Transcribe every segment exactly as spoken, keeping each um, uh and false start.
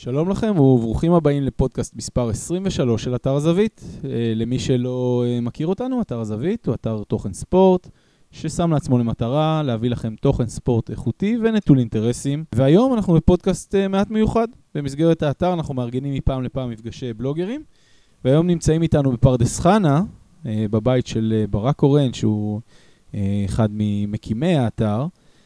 שלום לכם וברוכים הבאים לפודקאסט מספר עשרים ושלוש של אתר הזווית. למי שלא מכיר אותנו, אתר הזווית הוא אתר תוכן ספורט ששם לעצמו למטרה להביא לכם תוכן ספורט איכותי ונטול אינטרסים. והיום אנחנו בפודקאסט מעט מיוחד. במסגרת האתר אנחנו מארגנים מפעם לפעם מפגשי בלוגרים, והיום נמצאים איתנו בפרדס חנה, בבית של ברק קורן, שהוא אחד ממקימי האתר,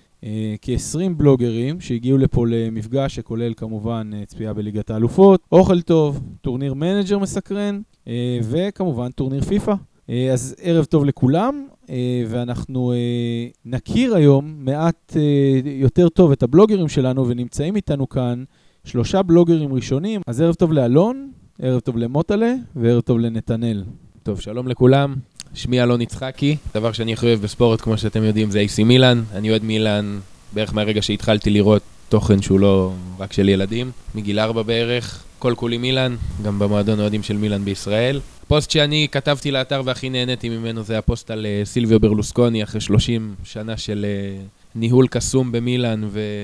כ-עשרים בלוגרים שהגיעו לפה למפגש שכולל כמובן צפייה בליגת האלופות, אוכל טוב, טורניר מנג'ר מסקרן, וכמובן טורניר פיפה. אז ערב טוב לכולם, ואנחנו נכיר היום מעט יותר טוב את הבלוגרים שלנו, ונמצאים איתנו כאן שלושה בלוגרים ראשונים. אז ערב טוב לאלון, ערב טוב למוטלה, וערב טוב לנתנאל. טוב, שלום לכולם. שמי אלון יצחקי. דבר שאני הכי אוהב בספורט, כמו שאתם יודעים, זה איי סי מילאן. אני אוהד מילאן בערך מהרגע שהתחלתי לראות תוכן שהוא לא רק של ילדים. מגיל ארבע בערך, כל כולי מילאן, גם במועדון אוהדים של מילאן בישראל. הפוסט שאני כתבתי לאתר והכי נהניתי ממנו זה הפוסט על סילביו ברלוסקוני, אחרי שלושים שנה של ניהול קסום במילאן,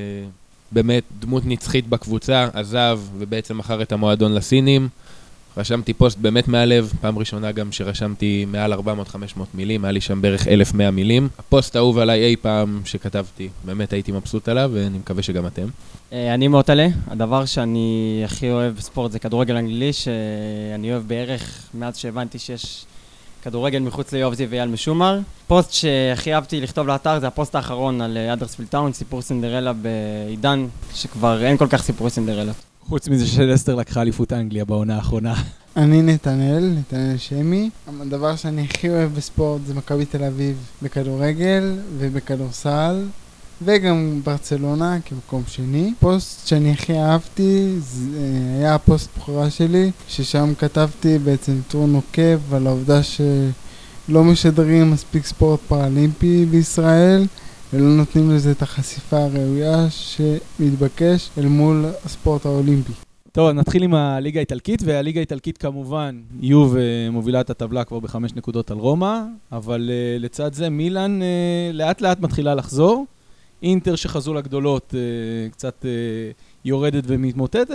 ובאמת דמות נצחית בקבוצה, עזב ובעצם מכר את המועדון לסינים. רשמתי פוסט באמת מהלב, פעם ראשונה גם שרשמתי מעל ארבע מאות חמש מאות מילים, היה לי שם בערך אלף ומאה מילים. הפוסט האהוב עליי אי פעם שכתבתי, באמת הייתי מבסוט עליו, ואני מקווה שגם אתם. אני מוטלה, הדבר שאני הכי אוהב בספורט זה כדורגל אנגלי, שאני אוהב בערך מאז שהבנתי שיש כדורגל מחוץ ליובזי ואייל משומר. פוסט שהכי אהבתי לכתוב לאתר זה הפוסט האחרון על אדרספילד טאון, סיפור סינדרלה בעידן שכבר אין כל כך סיפורי סינדרלות. חוץ מזה שלסטר לקחה אליפות אנגליה בעונה האחרונה. אני נתנאל, נתנאל שמי. הדבר שאני הכי אוהב בספורט זה מכבי תל אביב בכדורגל ובכדורסל, וגם ברצלונה כמקום שני. פוסט שאני הכי אהבתי זה היה הפוסט בחירה שלי, ששם כתבתי בעצם טור נוקב על העובדה שלא משדרים מספיק ספורט פראלימפי בישראל, ולא נותנים לזה את החשיפה הראויה שמתבקש אל מול הספורט האולימפי. טוב, נתחיל עם הליגה האיטלקית, והליגה האיטלקית כמובן יוב מובילה את הטבלה כבר בחמש נקודות על רומא, אבל uh, לצד זה מילאן uh, לאט לאט מתחילה לחזור, אינטר שחזו לגדולות uh, קצת uh, יורדת ומתמוטטת,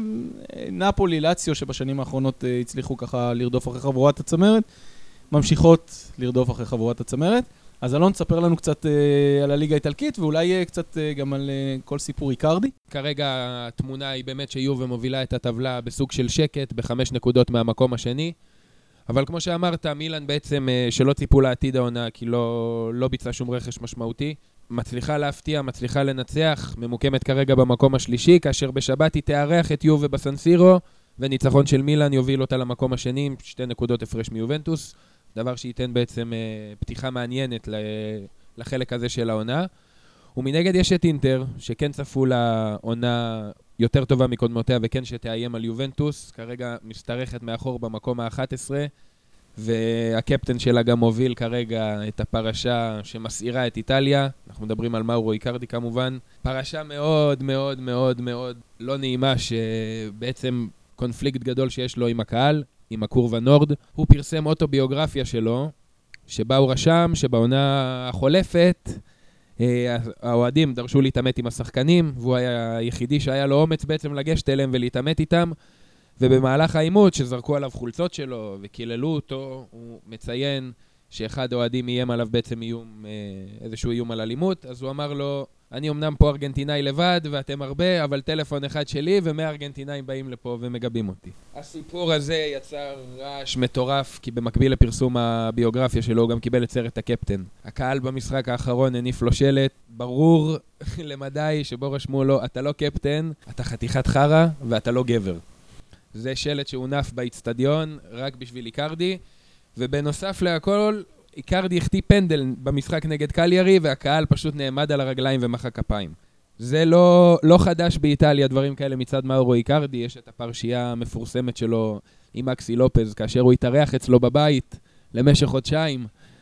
ונפולי, לאציו שבשנים האחרונות uh, הצליחו ככה לרדוף אחרי חבורת הצמרת, ממשיכות לרדוף אחרי חבורת הצמרת. אז אלון, תספר לנו קצת אה, על הליגה האיטלקית, ואולי אה, קצת אה, גם על אה, כל סיפור איקרדי. כרגע התמונה היא באמת שיובה מובילה את הטבלה בסוג של שקט, בחמש נקודות מהמקום השני. אבל כמו שאמרת, מילאן בעצם אה, שלא ציפו לעתיד העונה, כי לא, לא ביצעה שום רכש משמעותי. מצליחה להפתיע, מצליחה לנצח, ממוקמת כרגע במקום השלישי, כאשר בשבת היא תארח את יובה בסנסירו, וניצחון של מילאן יוביל אותה למקום השני, שתי נקודות הפרש מיובנטוס. דבר שייתן בעצם אה, פתיחה מעניינת לחלק הזה של העונה. ומנגד יש את אינטר, שכן צפו לעונה יותר טובה מקודמותיה, וכן שתאיים על יובנטוס, כרגע מסתרכת מאחור במקום ה-אחת עשרה, והקפטן שלה גם מוביל כרגע את הפרשה שמסעירה את איטליה. אנחנו מדברים על מאורו איקרדי כמובן. פרשה מאוד מאוד מאוד מאוד לא נעימה, שבעצם קונפליקט גדול שיש לו עם הקהל, עם הקורבה נורד. הוא פרסם אוטוביוגרפיה שלו, שבה הוא רשם שבעונה החולפת, האוהדים דרשו להתאמת עם השחקנים, והוא היה היחידי שהיה לו אומץ בעצם לגשת אליהם ולהתאמת איתם, ובמהלך האימות שזרקו עליו חולצות שלו וקיללו אותו, הוא מציין שאחד האוהדים איים עליו בעצם איום, איזשהו איום על אלימות, אז הוא אמר לו, אני אמנם פה ארגנטינאי לבד ואתם הרבה, אבל טלפון אחד שלי ומאה ארגנטינאים באים לפה ומגבים אותי. הסיפור הזה יצר רעש מטורף, כי במקביל לפרסום הביוגרפיה שלו הוא גם קיבל את סרט הקפטן. הקהל במשחק האחרון הניף לו שלט ברור למדי שבו רשמו לו, אתה לא קפטן, אתה חתיכת חרה ואתה לא גבר. זה שלט שהונף באצטדיון רק בשביל איקרדי, ובנוסף להכל, איקרדי החטיא פנדל במשחק נגד קליארי, והקהל פשוט נעמד על הרגליים ומחא כפיים. זה לא, לא חדש באיטליה, דברים כאלה מצד מאורו איקרדי. יש את הפרשייה המפורסמת שלו עם מקסי לופז, כאשר הוא התארח אצלו בבית למשך חודשיים,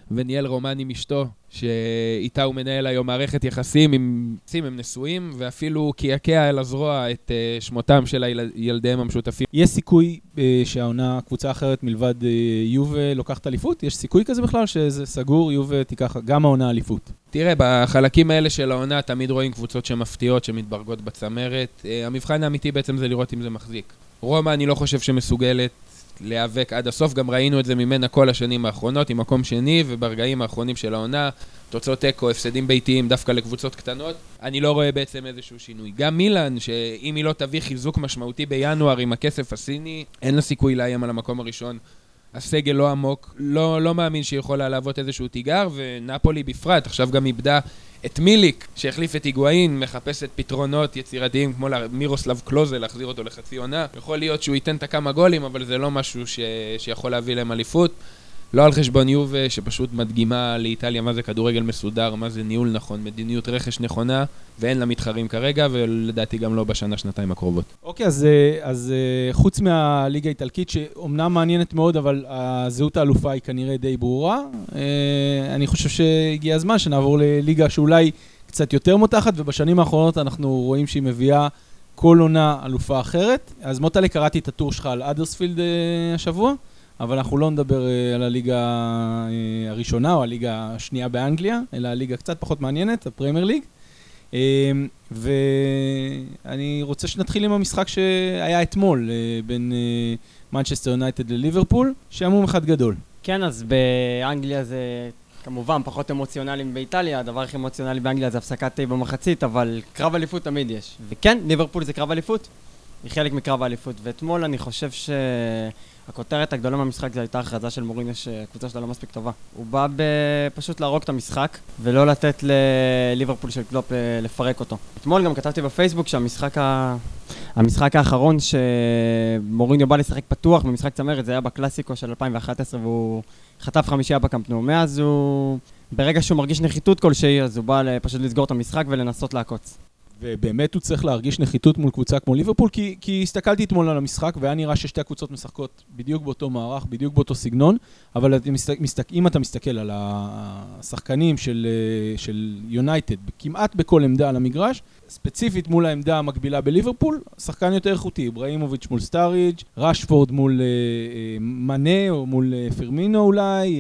וניאל רומן עם אשתו, שאיתה הוא מנהל היום מערכת יחסים, עם, הם נשואים, ואפילו קעקע אל הזרוע את uh, שמותם של ילדיהם המשותפים. יש סיכוי uh, שהעונה קבוצה אחרת מלבד uh, יובה לוקחת אליפות? יש סיכוי כזה בכלל שזה סגור, יובה תיקח גם העונה אליפות? תראה, בחלקים האלה של העונה תמיד רואים קבוצות שמפתיעות, שמתברגות בצמרת. Uh, המבחן האמיתי בעצם זה לראות אם זה מחזיק. רומא אני לא חושב שמסוגלת להיאבק עד הסוף, גם ראינו את זה ממנה כל השנים האחרונות, עם מקום שני, וברגעים האחרונים של העונה, תוצאות אקו, הפסדים ביתיים דווקא לקבוצות קטנות. אני לא רואה בעצם איזשהו שינוי. גם מילאן, שאם היא לא תביא חיזוק משמעותי בינואר עם הכסף הסיני, אין לה סיכוי לאיים על המקום הראשון. הסגל לא עמוק, לא, לא מאמין שהיא יכולה להוות איזשהו תיגר, ונפולי בפרט, עכשיו גם איבדה את מיליק, שהחליף את היגואין, מחפשת פתרונות יצירתיים כמו מירוסלב קלוזה, להחזיר אותו לחצי עונה. יכול להיות שהוא ייתן את הכמה גולים, אבל זה לא משהו ש... שיכול להביא להם אליפות. לא על חשבון יובה, שפשוט מדגימה לאיטליה מה זה כדורגל מסודר, מה זה ניהול נכון, מדיניות רכש נכונה, ואין לה מתחרים כרגע, ולדעתי גם לא בשנה, שנתיים הקרובות. אוקיי, אז, אז חוץ מהליגה האיטלקית, שאומנם מעניינת מאוד, אבל הזהות האלופה היא כנראה די ברורה, אני חושב שהגיע הזמן שנעבור לליגה שאולי קצת יותר מותחת, ובשנים האחרונות אנחנו רואים שהיא מביאה כל עונה אלופה אחרת. אז מוטלה, קראתי את הטור שלך על אדרספילד השבוע, אבל אנחנו לא נדבר על הליגה הראשונה או הליגה השנייה באנגליה, אלא הליגה קצת פחות מעניינת, הפרמייר ליג. ואני רוצה שנתחיל עם המשחק שהיה אתמול בין מנצ'סטר יונייטד לליברפול, שעמום אחד גדול. כן, אז באנגליה זה כמובן פחות אמוציונלי באיטליה, הדבר הכי אמוציונלי באנגליה זה הפסקת תה במחצית, אבל קרב אליפות תמיד יש. וכן, ליברפול זה קרב אליפות, היא חלק מקרב האליפות, ואתמול אני חושב ש... הכותרת הגדולה מהמשחק זה הייתה הכרזה של מוריניו שקבוצה שלה לא מספיק טובה. הוא בא פשוט להרוג את המשחק ולא לתת לליברפול של קלופ לפרק אותו. אתמול גם כתבתי בפייסבוק שהמשחק ה... המשחק האחרון שמוריניו בא לשחק פתוח במשחק צמרת זה היה בקלאסיקו של אלפיים ואחת עשרה והוא חטף חמישייה בקאמפ נו. מאז הוא... ברגע שהוא מרגיש נחיתות כלשהי אז הוא בא פשוט לסגור את המשחק ולנסות לעקוץ. ובאמת הוא צריך להרגיש נחיתות מול קבוצה כמו ליברפול, כי, כי הסתכלתי אתמול על המשחק, והיה נראה ששתי הקבוצות משחקות בדיוק באותו מערך, בדיוק באותו סגנון, אבל אם אתה מסתכל על השחקנים של, של יונייטד, כמעט בכל עמדה על המגרש, ספציפית מול העמדה המקבילה בליברפול, שחקן יותר איכותי, אברהימוביץ' מול סטאריג', רשפורד מול מנה או מול פרמינו אולי,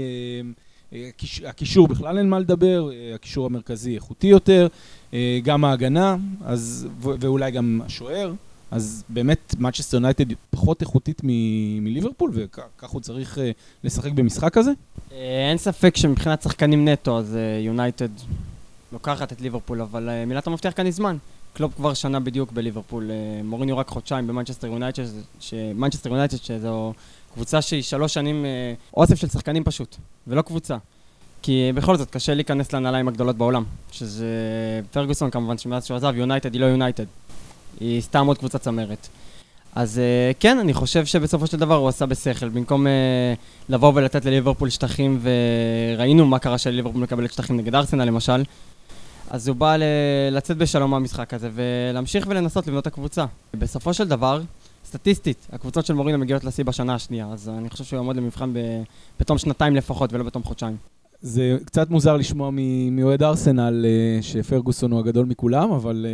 הקישור בכלל אין מה לדבר, הקישור המרכזי איכותי יותר, גם ההגנה, אז, ואולי גם השוער, אז באמת מנצ'סטר יונייטד פחות איכותית מ- מליברפול, וכך הוא צריך לשחק במשחק הזה? אין ספק שמבחינת שחקנים נטו, אז יונייטד לוקחת את ליברפול, אבל מילת המפתח כאן היא זמן. קלופ כבר שנה בדיוק בליברפול, מוריניו רק חודשיים במנצ'סטר יונייטד, שמנצ'סטר יונייטד שזו קבוצה שהיא שלוש שנים אוסף של שחקנים פשוט, ולא קבוצה. כי בכל זאת קשה להיכנס לנעליים הגדולות בעולם, שזה פרגוסון כמובן שמאז שהוא עזב, יונייטד היא לא יונייטד, היא סתם עוד קבוצה צמרת. אז כן, אני חושב שבסופו של דבר הוא עשה בשכל, במקום לבוא ולתת לליברפול שטחים, וראינו מה קרה שלליברפול מקבלת שטחים נגד ארסנל למשל, אז הוא בא לצאת בשלום מהמשחק הזה, ולהמשיך ולנסות לבנות את הקבוצה. בסופו של דבר, סטטיסטית, הקבוצות של מוריניו מגיעות לשיא בשנה השנייה, אז אני חושב שהוא יעמוד למבחן בתום שנתיים לפחות ולא בתום חודשיים. זה קצת מוזר לשמוע מאוהד ארסנל שפרגוסון הוא הגדול מכולם, אבל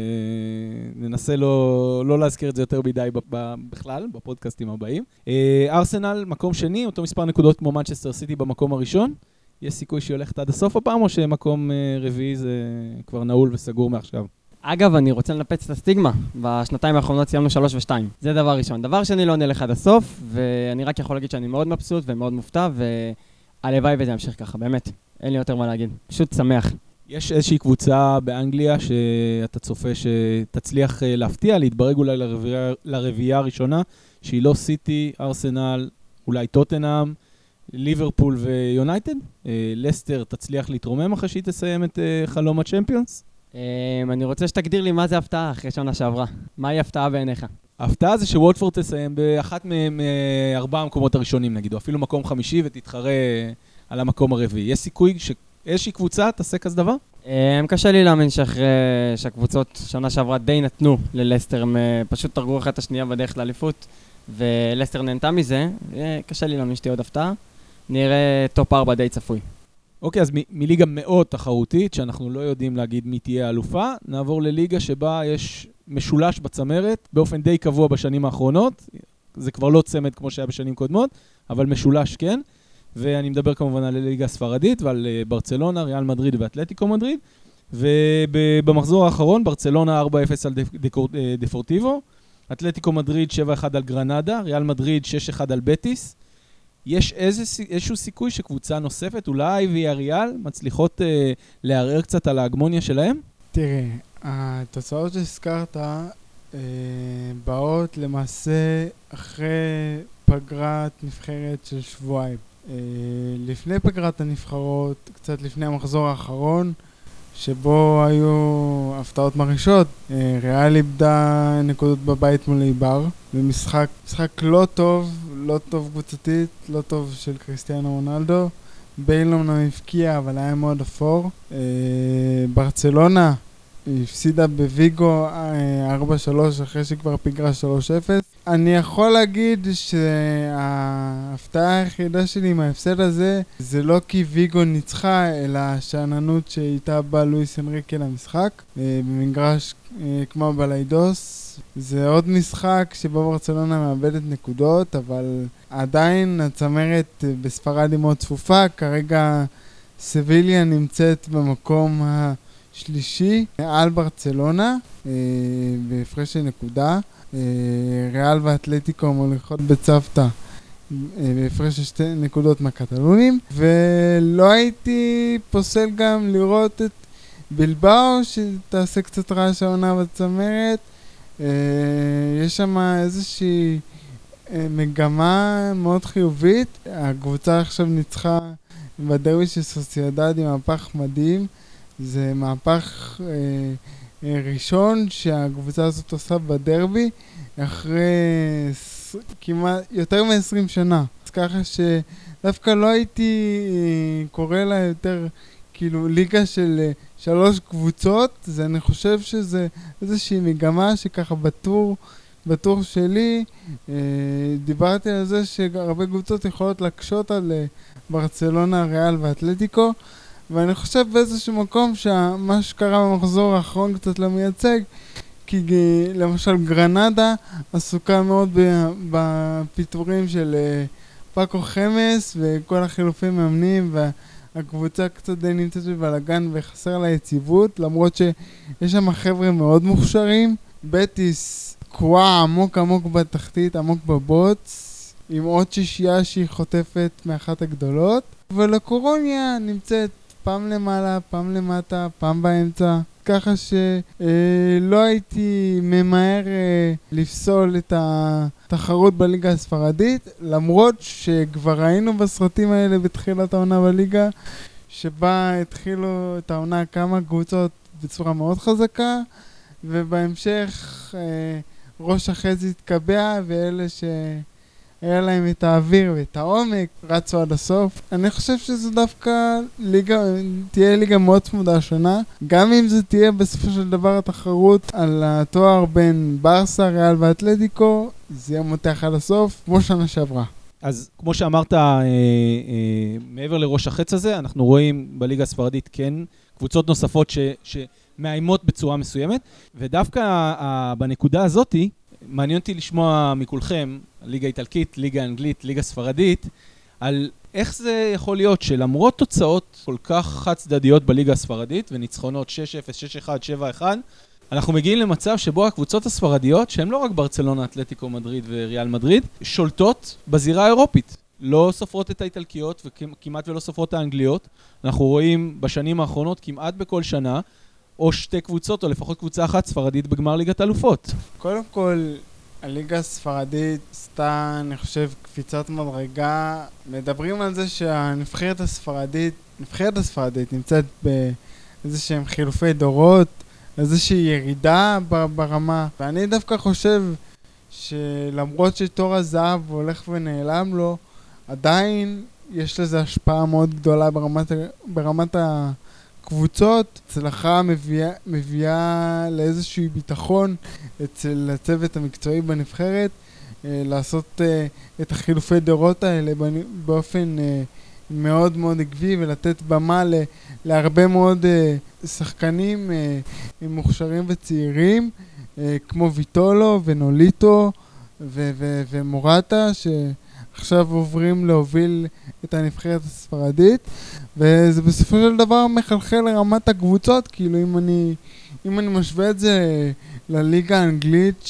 ננסה לא, לא להזכיר את זה יותר מדי בכלל, בפודקאסטים הבאים. ארסנל, מקום שני, אותו מספר נקודות כמו מנצ'סטר סיטי במקום הראשון. יש סיכוי שהיא הולכת עד הסוף הפעם, או שמקום רביעי זה כבר נעול וסגור מעכשיו? אגב, אני רוצה לנפץ את הסטיגמה. בשנתיים האחרונות סיימנו שלוש ושתיים. זה דבר ראשון. דבר שני לא נלך עד הסוף, ואני רק יכול להגיד שאני מאוד מבסוט ומאוד מופתע, והלוואי וזה ימשיך ככה, באמת. אין לי יותר מה להגיד. פשוט שמח. יש איזושהי קבוצה באנגליה שאתה צופה שתצליח להפתיע, להתברג אולי לרביעייה, לרביעייה הראשונה, שהיא לא סיטי, ארסנל, אולי טוטנהאם, ליברפול ויונייטד? לסטר תצליח להתרומם אחרי שהיא תסיים את חלום הצ'מפיונס? אני רוצה שתגדיר לי מה זה הפתעה אחרי שנה שעברה. מהי הפתעה בעיניך? ההפתעה זה שווטפורד תסיים באחת מארבעה המקומות הראשונים, נגיד, או אפילו מקום חמישי ותתחרה על המקום הרביעי. יש סיכוי שאיזושהי קבוצה תעשה כזה דבר? קשה לי להאמין שאחרי שהקבוצות שנה שעברה די נתנו ללסטר, הם פשוט תרגו אחת השנייה בדרך לאליפות, ולסטר נהנתה מזה. קשה לי להאמין שתהיה עוד הפתעה. נראה טופ ארבע די צפוי. אוקיי, אז מ- מליגה מאוד תחרותית, שאנחנו לא יודעים להגיד מי תהיה האלופה, נעבור לליגה שבה יש משולש בצמרת, באופן די קבוע בשנים האחרונות, זה כבר לא צמד כמו שהיה בשנים קודמות, אבל משולש כן, ואני מדבר כמובן על הליגה הספרדית ועל ברצלונה, ריאל מדריד ואתלטיקו מדריד, ובמחזור האחרון, ברצלונה ארבע אפס על דפורטיבו, אתלטיקו מדריד שבע אחד על גרנדה, ריאל מדריד שש אחד על בטיס. יש איזה, איזשהו סיכוי שקבוצה נוספת, אולי ויה ריאל, מצליחות אה, לערער קצת על ההגמוניה שלהם? תראה, התוצאות שהזכרת אה, באות למעשה אחרי פגרת נבחרת של שבועיים. אה, לפני פגרת הנבחרות, קצת לפני המחזור האחרון, שבו היו הפתעות מרעישות. אה, ריאל איבדה נקודות בבית מול איבר, במשחק משחק לא טוב, לא טוב קבוצתית, לא טוב של קריסטיאנו רונלדו. בייל אומנם הבקיע, אבל היה מאוד אפור. אה, ברצלונה הפסידה בוויגו אה, ארבע שלוש אחרי שכבר פיגרה שלוש אפס. אני יכול להגיד שההפתעה היחידה שלי עם ההפסד הזה זה לא כי ויגו ניצחה, אלא השעננות שאיתה בא לואיס אנריקה למשחק אה, במגרש אה, כמו בליידוס. זה עוד משחק שבו ברצלונה מאבדת נקודות, אבל עדיין הצמרת בספרד היא מאוד צפופה. כרגע סביליה נמצאת במקום השלישי על ברצלונה אה, בהפרש של נקודה. אה, ריאל ואתלטיקו מוליכות בצוותא אה, בהפרש של שתי נקודות מהקטלונים, ולא הייתי פוסל גם לראות את בלבאו שתעשה קצת רעש העונה בצמרת. Uh, יש שם איזושהי uh, מגמה מאוד חיובית. הקבוצה עכשיו ניצחה בדרבי של סוסיידד עם מהפך מדהים. זה מהפך uh, uh, ראשון שהקבוצה הזאת עושה בדרבי אחרי ס... כמעט יותר מ-עשרים שנה. אז ככה שדווקא לא הייתי uh, קורא לה יותר כאילו ליגה של uh, שלוש קבוצות. זה אני חושב שזה איזושהי מגמה שככה בטור, בטור שלי אה, דיברתי על זה שהרבה קבוצות יכולות לקשות על אה, ברצלונה, ריאל ואתלטיקו, ואני חושב באיזשהו מקום שמה שקרה במחזור האחרון קצת לא מייצג, כי אה, למשל גרנדה עסוקה מאוד בפיתורים של אה, פאקו חמאס וכל החילופים מאמנים וה הקבוצה קצת די נמצאת בבלגן וחסר לה יציבות, למרות שיש שם חבר'ה מאוד מוכשרים. בטיס קועה עמוק עמוק בתחתית, עמוק בבוץ, עם עוד שישייה שהיא חוטפת מאחת הגדולות, ולקורוניה נמצאת פעם למעלה, פעם למטה, פעם באמצע, ככה שלא הייתי ממהר אה, לפסול את התחרות בליגה הספרדית, למרות שכבר ראינו בסרטים האלה בתחילת העונה בליגה, שבה התחילו את העונה כמה קבוצות בצורה מאוד חזקה, ובהמשך אה, ראש החזי התקבע, ואלה ש... היה להם את האוויר ואת העומק, רצו עד הסוף. אני חושב שזו דווקא ליגה, תהיה ליגה מאוד צמודה השנה, גם אם זה תהיה בסופו של דבר התחרות על התואר בין ברסה, ריאל ואתלטיקו, זה יהיה מותח עד הסוף, כמו שנה שעברה. אז כמו שאמרת, אה, אה, מעבר לראש החץ הזה, אנחנו רואים בליגה הספרדית כן קבוצות נוספות ש, שמאיימות בצורה מסוימת, ודווקא אה, בנקודה הזאת, מעניין אותי לשמוע מכולכם, ליגה איטלקית, ליגה אנגלית, ליגה ספרדית, על איך זה יכול להיות שלמרות תוצאות כל כך חד צדדיות בליגה הספרדית, וניצחונות שש אפס, שש אחת, שבע אחת, אנחנו מגיעים למצב שבו הקבוצות הספרדיות, שהן לא רק ברצלונה, אתלטיקו מדריד וריאל מדריד, שולטות בזירה האירופית. לא סופרות את האיטלקיות וכמעט ולא סופרות את האנגליות. אנחנו רואים בשנים האחרונות כמעט בכל שנה, או שתי קבוצות, או לפחות קבוצה אחת ספרדית בגמר ליגת אלופות. קודם כל, הליגה הספרדית עשתה, אני חושב, קפיצת מדרגה. מדברים על זה שהנבחרת הספרדית, נבחרת הספרדית נמצאת באיזשהם חילופי דורות, איזושהי ירידה ברמה. ואני דווקא חושב שלמרות שתור הזהב הולך ונעלם לו, עדיין יש לזה השפעה מאוד גדולה ברמת, ברמת ה... קבוצות. הצלחה מביאה, מביאה לאיזשהו ביטחון אצל הצוות המקצועי בנבחרת, אה, לעשות אה, את החילופי דורות האלה באופן אה, מאוד מאוד עקבי ולתת במה ל, להרבה מאוד uh, שחקנים uh, מוכשרים וצעירים, uh, כמו ויטולו ונוליטו ו- ו- ומורטה, שעכשיו עוברים להוביל את הנבחרת הספרדית, וזה בסופו של דבר מחלחל לרמת הקבוצות. כאילו אם אני, אם אני משווה את זה לליגה האנגלית,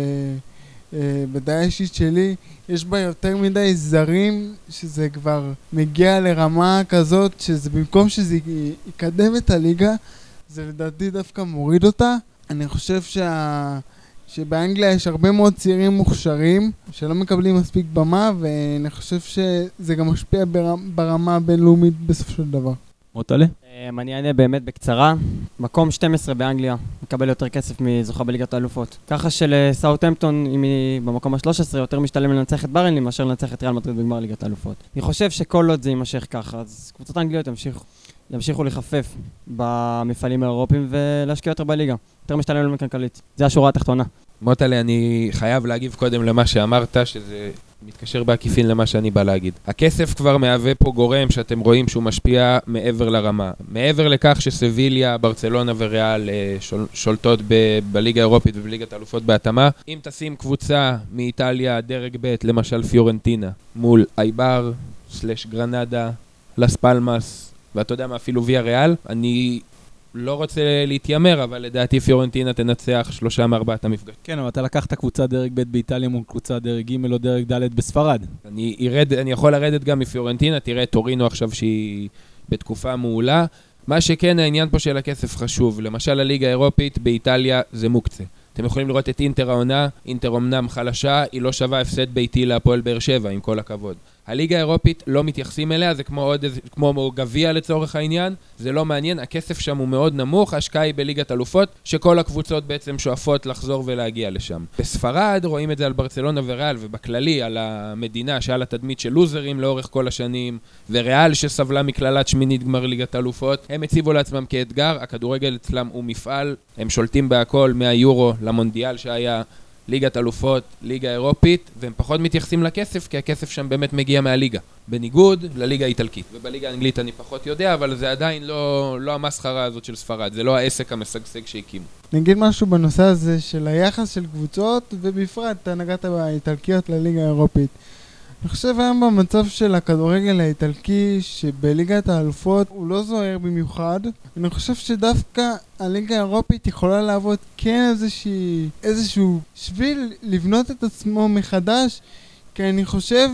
שבדעה האישית שלי יש בה יותר מדי זרים, שזה כבר מגיע לרמה כזאת, שזה במקום שזה יקדם את הליגה, זה לדעתי דווקא מוריד אותה. אני חושב שה... שבאנגליה יש הרבה מאוד צעירים מוכשרים שלא מקבלים מספיק במה, ואני חושב שזה גם משפיע ברמה הבינלאומית בסופו של דבר. מוטלה? אני אענה באמת בקצרה. מקום שתים עשרה באנגליה מקבל יותר כסף מזוכה בליגת האלופות. ככה שלסאות'המפטון, אם היא במקום ה-שלוש עשרה, יותר משתלם לנצח את ברנלי מאשר לנצח את ריאל מדריד בגמר ליגת האלופות. אני חושב שכל עוד זה יימשך ככה, אז קבוצות האנגליות ימשיכו, ימשיכו לחפף במפעלים האירופיים ולהשקיע יותר בליגה. יותר משתלם להם כלכלית. זה השורה התחתונה. מוטלה, אני חייב להגיב קודם למה שאמרת, שזה מתקשר בעקיפין למה שאני בא להגיד. הכסף כבר מהווה פה גורם שאתם רואים שהוא משפיע מעבר לרמה. מעבר לכך שסביליה, ברצלונה וריאל שול, שולטות ב- בליגה האירופית ובליגת האלופות בהתאמה. אם תשים קבוצה מאיטליה, דרג ב', למשל פיורנטינה, מול אייבר, סלש גרנדה, לס פלמאס, ואתה יודע מה, אפילו ויה ריאל, אני לא רוצה להתיימר, אבל לדעתי פיורנטינה תנצח שלושה מארבעת המפגש. כן, אבל אתה לקחת קבוצה דרג ב' באיטליה מול קבוצה דרג ג' או דרג ד' בספרד. אני, ירד, אני יכול לרדת גם מפיורנטינה, תראה טורינו עכשיו שהיא בתקופה מעולה. מה שכן, העניין פה של הכסף חשוב. למשל, הליגה האירופית באיטליה זה מוקצה. אתם יכולים לראות את אינטר העונה, אינטר אמנם חלשה, היא לא שווה הפסד ביתי להפועל באר שבע, עם כל הכבוד. הליגה האירופית לא מתייחסים אליה, זה כמו עוד איזה, כמו גביע לצורך העניין, זה לא מעניין, הכסף שם הוא מאוד נמוך, ההשקעה היא בליגת אלופות, שכל הקבוצות בעצם שואפות לחזור ולהגיע לשם. בספרד רואים את זה על ברצלונה וריאל, ובכללי על המדינה שהיה לה תדמית של לוזרים לאורך כל השנים, וריאל שסבלה מכללת שמינית גמר ליגת אלופות, הם הציבו לעצמם כאתגר, הכדורגל אצלם הוא מפעל, הם שולטים בהכל, מהיורו למונדיאל שהיה, ליגת אלופות, ליגה אירופית, והם פחות מתייחסים לכסף, כי הכסף שם באמת מגיע מהליגה. בניגוד לליגה האיטלקית. ובליגה האנגלית אני פחות יודע, אבל זה עדיין לא, לא המסחרה הזאת של ספרד, זה לא העסק המשגשג שהקימו. נגיד משהו בנושא הזה של היחס של קבוצות, ובפרט אתה נגעת באיטלקיות לליגה האירופית. אני חושב היום במצב של הכדורגל האיטלקי, שבליגת האלופות הוא לא זוהר במיוחד. אני חושב שדווקא הליגה האירופית יכולה לעבוד כן איזושהי, איזשהו שביל לבנות את עצמו מחדש, כי אני חושב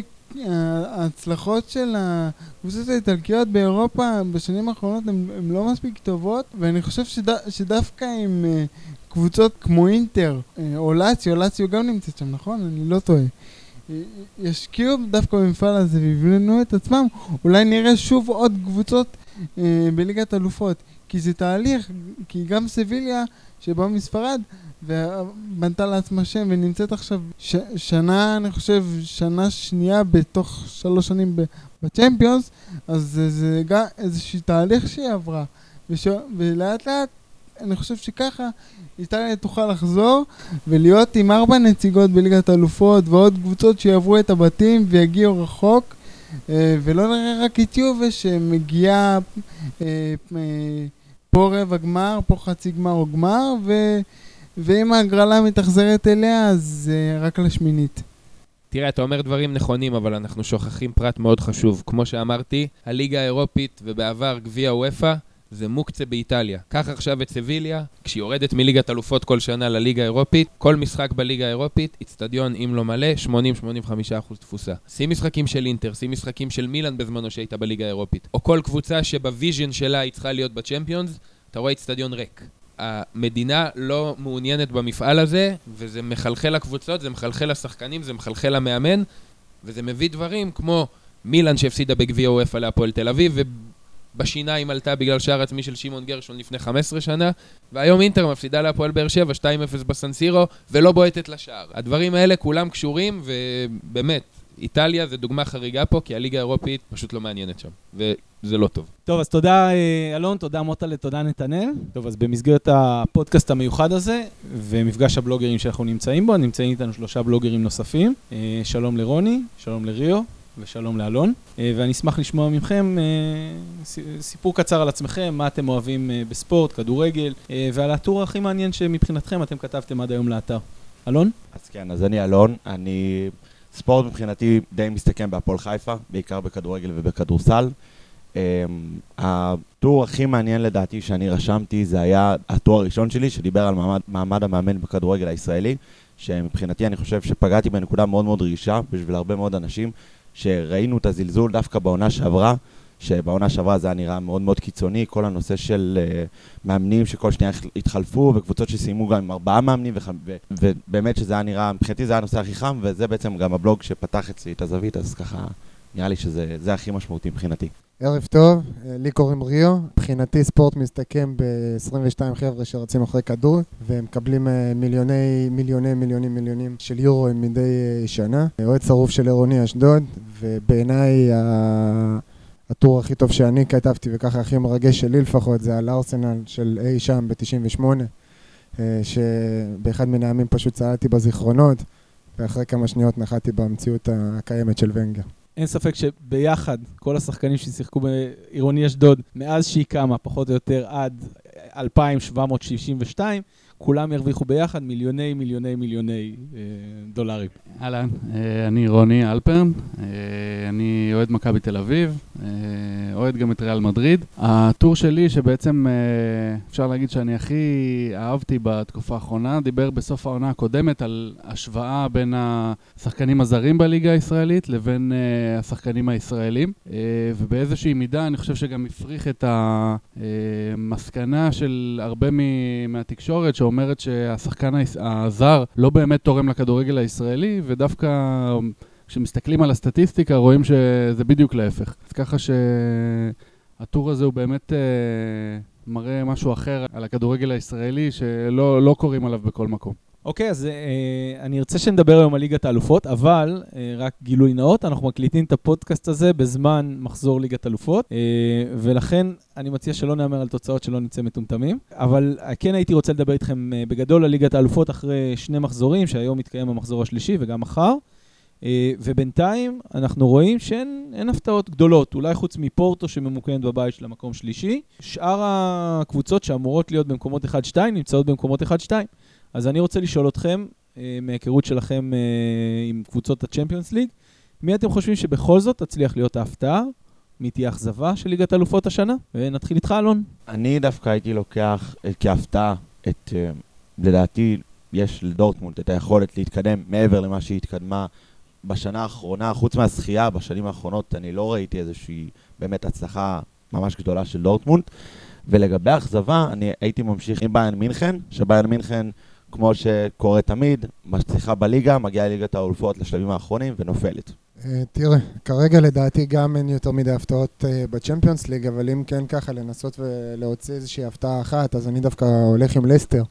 שההצלחות של הקבוצות האיטלקיות באירופה בשנים האחרונות הן לא מספיק טובות, ואני חושב שד, שדווקא עם קבוצות כמו אינטר או לאציו, לאציו גם נמצאת שם, נכון? אני לא טועה. ישקיעו דווקא במפעל הזה ויבנו את עצמם, אולי נראה שוב עוד קבוצות אה, בליגת אלופות, כי זה תהליך, כי גם סביליה שבאה מספרד ובנתה לעצמה שם ונמצאת עכשיו ש- שנה, אני חושב שנה שנייה בתוך שלוש שנים בצ'מפיונס, אז זה, זה גם איזשהו תהליך שהיא עברה, וש- ולאט לאט אני חושב שככה איטליה תוכל לחזור ולהיות עם ארבע נציגות בליגת האלופות ועוד קבוצות שיעברו את הבתים ויגיעו רחוק, ולא נראה רק את יובה שמגיעה פה רבע גמר, פה חצי גמר או גמר, ואם ההגרלה מתחזרת אליה אז רק לשמינית. תראה, אתה אומר דברים נכונים, אבל אנחנו שוכחים פרט מאוד חשוב. כמו שאמרתי, הליגה האירופית ובעבר גביע וופא זה מוקצה באיטליה. קח עכשיו את סביליה, כשהיא יורדת מליגת אלופות כל שנה לליגה האירופית, כל משחק בליגה האירופית, אצטדיון אם לא מלא, שמונים עד שמונים וחמישה אחוז תפוסה. שים משחקים של אינטר, שים משחקים של מילאן בזמנו שהייתה בליגה האירופית. או כל קבוצה שבוויז'ן שלה היא צריכה להיות בצ'מפיונס, אתה רואה אצטדיון ריק. המדינה לא מעוניינת במפעל הזה, וזה מחלחל לקבוצות, זה מחלחל לשחקנים, זה מחלחל למאמן, וזה מביא דברים כמו מילאן שהפסידה בגביע וופא להפועל תל אביב, בשיניים עלתה בגלל שער עצמי של שמעון גרשון לפני חמש עשרה שנה, והיום אינטר מפסידה להפועל באר שבע שתיים אפס בסנסירו, ולא בועטת לשער. הדברים האלה כולם קשורים, ובאמת, איטליה זה דוגמה חריגה פה, כי הליגה האירופית פשוט לא מעניינת שם, וזה לא טוב. טוב, אז תודה אלון, תודה מוטלה, תודה נתנאל. טוב, אז במסגרת הפודקאסט המיוחד הזה, ומפגש הבלוגרים שאנחנו נמצאים בו, נמצאים איתנו שלושה בלוגרים נוספים. שלום לרוני, שלום לריו. ושלום לאלון. ואני אשמח לשמוע מכם סיפור קצר על עצמכם, מה אתם אוהבים בספורט, כדורגל, ועל הטור הכי מעניין שמבחינתכם אתם כתבתם עד היום לאתר. אלון? אז כן, אז אני אלון. אני... ספורט מבחינתי די מסתכם בהפועל חיפה, בעיקר בכדורגל ובכדורסל. הטור הכי מעניין לדעתי שאני רשמתי זה היה הטור הראשון שלי שדיבר על מעמד, מעמד המאמן בכדורגל הישראלי, שמבחינתי אני חושב שפגעתי בנקודה מאוד מאוד רגישה בשביל הרבה מאוד אנשים שראינו את הזלזול דווקא בעונה שעברה, שבעונה שעברה זה היה נראה מאוד מאוד קיצוני, כל הנושא של uh, מאמנים שכל שנייה התחלפו וקבוצות שסיימו גם עם ארבעה מאמנים וח... ו... ובאמת שזה היה נראה, מבחינתי זה היה הנושא הכי חם וזה בעצם גם הבלוג שפתח אצלי את הזווית, אז ככה נראה לי שזה הכי משמעותי מבחינתי. ערב טוב, לי קוראים ריו, מבחינתי ספורט מסתכם ב-עשרים ושתיים חבר'ה שרצים אחרי כדור והם מקבלים מיליוני מיליוני מיליונים מיליונים של יורו מדי שנה. אוהד שרוף של עירוני אשדוד, ובעיניי ה... הטור הכי טוב שאני כתבתי וככה הכי מרגש שלי לפחות זה על ארסנל של אי שם ב-תשעים ושמונה, שבאחד מן הימים פשוט צעדתי בזיכרונות ואחרי כמה שניות נחתי במציאות הקיימת של ונגר. אין ספק שביחד כל השחקנים ששיחקו בעירוני אשדוד מאז שהיא קמה פחות או יותר עד אלפיים שבע מאות שישים ושתיים, כולם הרוויחו ביחד מיליוני מיליוני מיליוני אה, דולרים. אהלן, אה, אני רוני אלפרן, אה, אני אוהד מכבי תל אביב, אה, אוהד גם את ריאל מדריד. הטור שלי שבעצם אה, אפשר להגיד שאני הכי אהבתי בתקופה האחרונה, דיבר בסוף העונה הקודמת על השוואה בין השחקנים הזרים בליגה הישראלית לבין אה, השחקנים הישראלים, אה, ובאיזושהי מידה אני חושב שגם הפריך את המסקנה של הרבה מהתקשורת שאומר אומרת שהשחקן הזר לא באמת תורם לכדורגל הישראלי, ודווקא כשמסתכלים על הסטטיסטיקה רואים שזה בדיוק להפך. אז ככה שהטור הזה הוא באמת מראה משהו אחר על הכדורגל הישראלי שלא לא קוראים עליו בכל מקום. אוקיי, אז אה, אני ארצה שנדבר היום על ליגת האלופות, אבל אה, רק גילוי נאות, אנחנו מקליטים את הפודקאסט הזה בזמן מחזור ליגת האלופות, אה, ולכן אני מציע שלא נאמר על תוצאות שלא נצא מטומטמים, אבל כן הייתי רוצה לדבר איתכם אה, בגדול על ליגת האלופות אחרי שני מחזורים, שהיום מתקיים המחזור השלישי וגם מחר, אה, ובינתיים אנחנו רואים שאין אין הפתעות גדולות, אולי חוץ מפורטו שממוקמת בבית של המקום שלישי, שאר הקבוצות שאמורות להיות במקומות אחד שתיים נמצאות במקומות אחד שתיים. אז אני רוצה לשאול אתכם, מהיכרות שלכם עם קבוצות הצ'מפיונס ליג, מי אתם חושבים שבכל זאת תצליח להיות ההפתעה? מי תהיה אכזבה של ליגת האלופות השנה? ונתחיל איתך, אלון. אני דווקא הייתי לוקח כהפתעה את, לדעתי, יש לדורטמונד את היכולת להתקדם מעבר למה שהיא התקדמה בשנה האחרונה. חוץ מהזכייה, בשנים האחרונות אני לא ראיתי איזושהי באמת הצלחה ממש גדולה של דורטמונד. ולגבי האכזבה, אני הייתי ממשיך עם ביירן מינכן, שביירן מינכן כמו שקורה תמיד, מצליחה בליגה, מגיעה ליגת האלופות לשלבים האחרונים ונופלת. תראה, כרגע לדעתי גם אין יותר מדי הפתעות בצ'מפיונס ליג, אבל אם כן ככה לנסות ולהוציא איזושהי הפתעה אחת, אז אני דווקא הולך עם לסטר,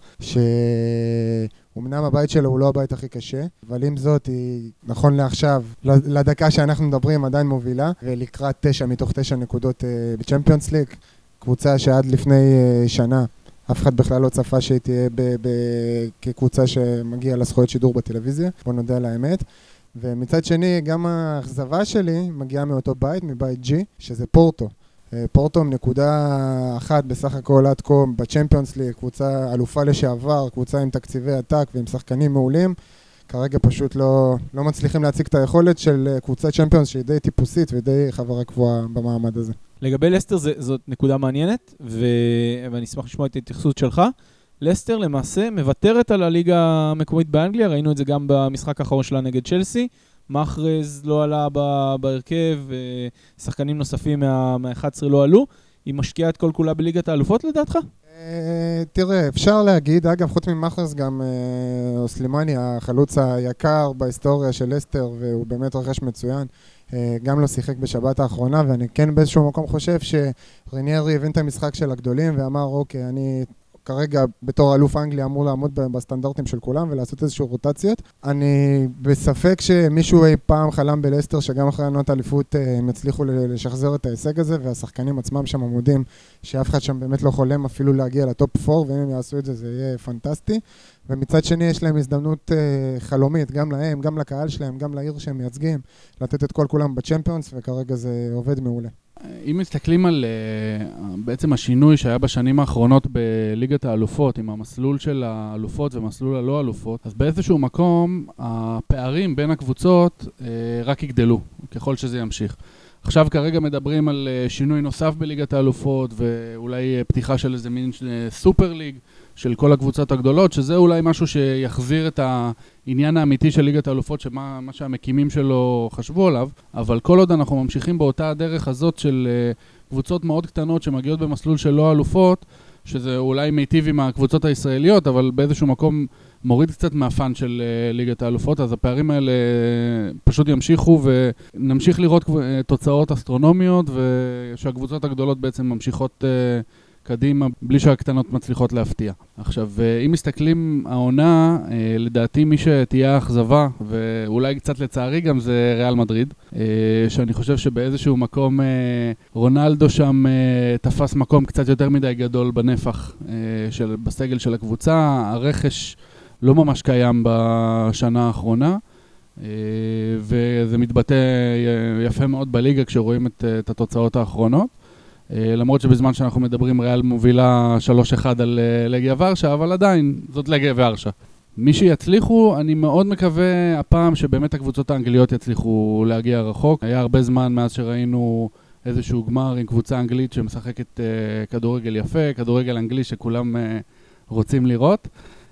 שאומנם הבית שלו הוא לא הבית הכי קשה, אבל עם זאת היא נכון לעכשיו, לדקה שאנחנו מדברים עדיין מובילה, ולקראת תשע מתוך תשע נקודות בצ'מפיונס ליג, קבוצה שעד לפני שנה אף אחד בכלל לא צפה שהיא תהיה ב- ב- כקבוצה שמגיעה לזכויות שידור בטלוויזיה, בוא נודה על האמת. ומצד שני, גם האכזבה שלי מגיעה מאותו בית, מבית G, שזה פורטו. פורטו עם נקודה אחת בסך הכל עד כה בצ'מפיונס ליג, קבוצה אלופה לשעבר, קבוצה עם תקציבי עתק ועם שחקנים מעולים. כרגע פשוט לא, לא מצליחים להציג את היכולת של קבוצת צ'מפיונס שהיא די טיפוסית ודי חברה קבועה במעמד הזה. לגבי לסטר זה, זאת נקודה מעניינת, ו... ואני אשמח לשמוע את ההתייחסות שלך. לסטר למעשה מוותרת על הליגה המקומית באנגליה, ראינו את זה גם במשחק האחרון שלה נגד צ'לסי, מחרז לא עלה ב... בהרכב, שחקנים נוספים מה... מה-אחת עשרה לא עלו, היא משקיעה את כל כולה בליגת האלופות לדעתך? תראה, אפשר להגיד, אגב, חוץ ממחרז גם אוסלימני, החלוץ היקר בהיסטוריה של לסטר, והוא באמת רכש מצוין, גם לא שיחק בשבת האחרונה, ואני כן באיזשהו מקום חושב שרניירי הבין את המשחק של הגדולים ואמר, אוקיי, אני כרגע בתור אלוף אנגליה אמור לעמוד בסטנדרטים של כולם ולעשות איזשהו רוטציות. אני בספק שמישהו אי פעם חלם בלסטר שגם אחרי עונת האליפות הם יצליחו לשחזר את ההישג הזה, והשחקנים עצמם שם עמודים שאף אחד שם באמת לא חולם אפילו להגיע לטופ ארבע, ואם הם יעשו את זה זה יהיה פנטסטי. ומצד שני יש להם הזדמנות חלומית, גם להם, גם לקהל שלהם, גם לעיר שהם מייצגים, לתת את כל כולם בצ'מפיונס, וכרגע זה עובד מעולה. אם מסתכלים על בעצם השינוי שהיה בשנים האחרונות בליגת האלופות, עם המסלול של האלופות ומסלול הלא אלופות, אז באיזשהו מקום הפערים בין הקבוצות רק יגדלו, ככל שזה ימשיך. עכשיו כרגע מדברים על שינוי נוסף בליגת האלופות, ואולי פתיחה של איזה מין סופר ליג של כל הקבוצות הגדולות, שזה אולי משהו שיחזיר את העניין האמיתי של ליגת האלופות, שמה מה שהמקימים שלו חשבו עליו, אבל כל עוד אנחנו ממשיכים באותה הדרך הזאת של קבוצות מאוד קטנות שמגיעות במסלול של לא אלופות, שזה אולי מיטיב עם הקבוצות הישראליות, אבל באיזשהו מקום מוריד קצת מהפן של ליגת האלופות, אז הפערים האלה פשוט ימשיכו ונמשיך לראות תוצאות אסטרונומיות, ושהקבוצות הגדולות בעצם ממשיכות קדימה, בלי שהקטנות מצליחות להפתיע. עכשיו, אם מסתכלים העונה, לדעתי מי שתהיה האכזבה, ואולי קצת לצערי גם זה ריאל מדריד, שאני חושב שבאיזשהו מקום רונלדו שם תפס מקום קצת יותר מדי גדול בנפח של, בסגל של הקבוצה, הרכש לא ממש קיים בשנה האחרונה, וזה מתבטא יפה מאוד בליגה כשרואים את, את התוצאות האחרונות. למרות שבזמן שאנחנו מדברים ריאל מובילה שלוש אחד על לגיה ורשה, אבל עדיין זאת לגיה ורשה. מי שיצליחו, אני מאוד מקווה הפעם שבאמת הקבוצות האנגליות יצליחו להגיע רחוק. היה הרבה זמן מאז שראינו איזשהו גמר עם קבוצה אנגלית שמשחקת כדורגל יפה, כדורגל אנגלי שכולם רוצים לראות.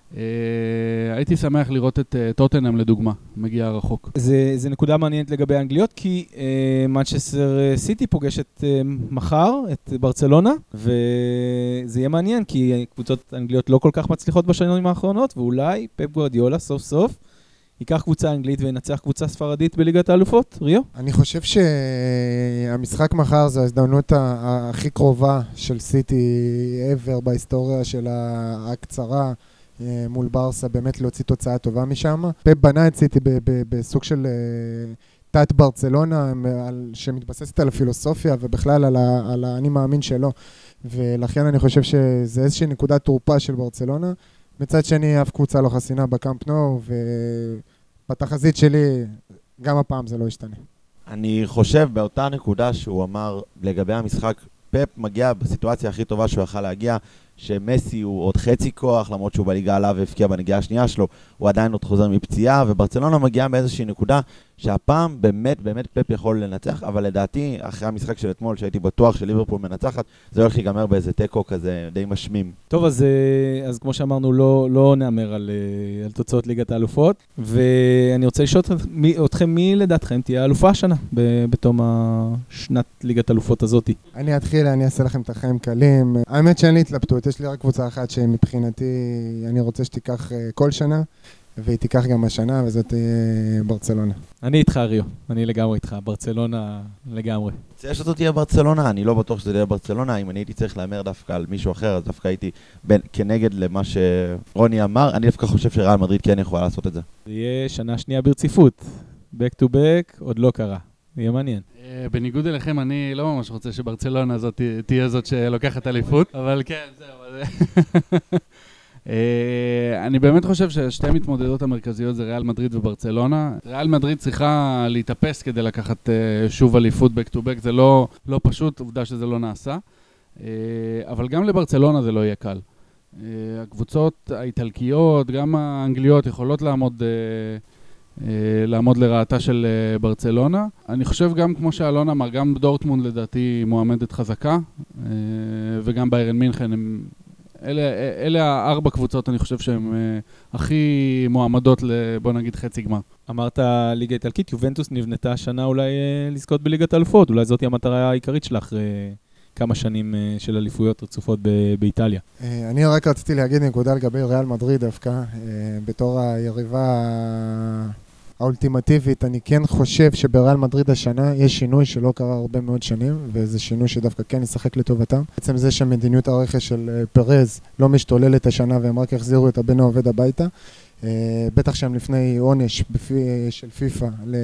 הייתי שמח לראות את טוטנהאם לדוגמה, מגיע רחוק. זה, זה נקודה מעניינת לגבי האנגליות, כי מנצ'סטר סיטי פוגשת מחר את ברצלונה, וזה יהיה מעניין, כי קבוצות אנגליות לא כל כך מצליחות בשנים האחרונות, ואולי פפ גוארדיולה סוף סוף ייקח קבוצה אנגלית וינצח קבוצה ספרדית בליגת האלופות. ריו? אני חושב שהמשחק מחר זו ההזדמנות הכי קרובה של סיטי ever בהיסטוריה של הקצרה, מול ברסה, באמת להוציא תוצאה טובה משם. פפ בנה את סיטי בסוג של תת ברצלונה, שמתבססת על הפילוסופיה ובכלל על האני מאמין שלו. ולכן אני חושב שזה איזושהי נקודת תורפה של ברצלונה. מצד שני, אף קבוצה לא חסינה בקאמפ נו, ובתחזית שלי, גם הפעם זה לא ישתנה. אני חושב באותה נקודה שהוא אמר לגבי המשחק, פפ מגיע בסיטואציה הכי טובה שהוא יכל להגיע, שמסי הוא עוד חצי כוח, למרות שהוא בליגה עליו והפקיע בנגיעה השנייה שלו, הוא עדיין עוד חוזר מפציעה, וברצלונה מגיעה באיזושהי נקודה שהפעם באמת באמת פפ יכול לנצח, אבל לדעתי, אחרי המשחק של אתמול, שהייתי בטוח שליברפול מנצחת, זה הולך להיגמר באיזה טקו כזה די משמים. טוב, אז, אז כמו שאמרנו, לא, לא נאמר על, על תוצאות ליגת האלופות, ואני רוצה לשאול אתכם, מי לדעתכם תהיה האלופה השנה, בתום השנת ליגת האלופות הזאת? אני אתחיל, אני אעשה לכם את החיים קלים. האמת שאין לי התלבטות, יש לי רק קבוצה אחת שמבחינתי אני רוצה שתיקח כל שנה, והיא תיקח גם השנה, וזאת ברצלונה. אני איתך, ריו. אני לגמרי איתך. ברצלונה לגמרי. זה שאתה תהיה ברצלונה, אני לא בטוח שזה תהיה ברצלונה. אם אני הייתי צריך לאמר דווקא על מישהו אחר, אז דווקא הייתי בין, כנגד למה שרוני אמר. אני דווקא חושב שריאל מדריד כן יכולה לעשות את זה. זה יהיה שנה שנייה ברציפות. Back to back, עוד לא קרה. יהיה מעניין. בניגוד אליכם, אני לא ממש רוצה שברצלונה הזאת תהיה זאת שלוקחת אליפות, אבל כן, זהו. אני באמת חושב ששתי המתמודדות המרכזיות זה ריאל מדריד וברצלונה. ריאל מדריד צריכה להתאפס כדי לקחת שוב אליפות back to back, זה לא, לא פשוט, עובדה שזה לא נעשה. אבל גם לברצלונה זה לא יהיה קל. הקבוצות האיטלקיות, גם האנגליות, יכולות לעמוד, לעמוד לרעתה של ברצלונה. אני חושב גם, כמו שאלון אמר, גם דורטמונד לדעתי מועמדת חזקה, וגם ביירן מינכן הם... אלה, אלה הארבע קבוצות, אני חושב שהן הכי מועמדות לבוא נגיד חצי גמר. אמרת ליגה איטלקית, יובנטוס נבנתה השנה אולי לזכות בליגת האלופות, אולי זאת היא המטרה העיקרית שלה אחרי כמה שנים של אליפויות רצופות באיטליה. אני רק רציתי להגיד נקודה לגבי ריאל מדריד דווקא, בתור היריבה האולטימטיבית, אני כן חושב שבריאל מדריד השנה יש שינוי שלא קרה הרבה מאוד שנים, וזה שינוי שדווקא כן ישחק לטובתם. בעצם זה שמדיניות הרכש של פרז לא משתוללת השנה והם רק יחזירו את הבן העובד הביתה. בטח שהם לפני עונש של פיפה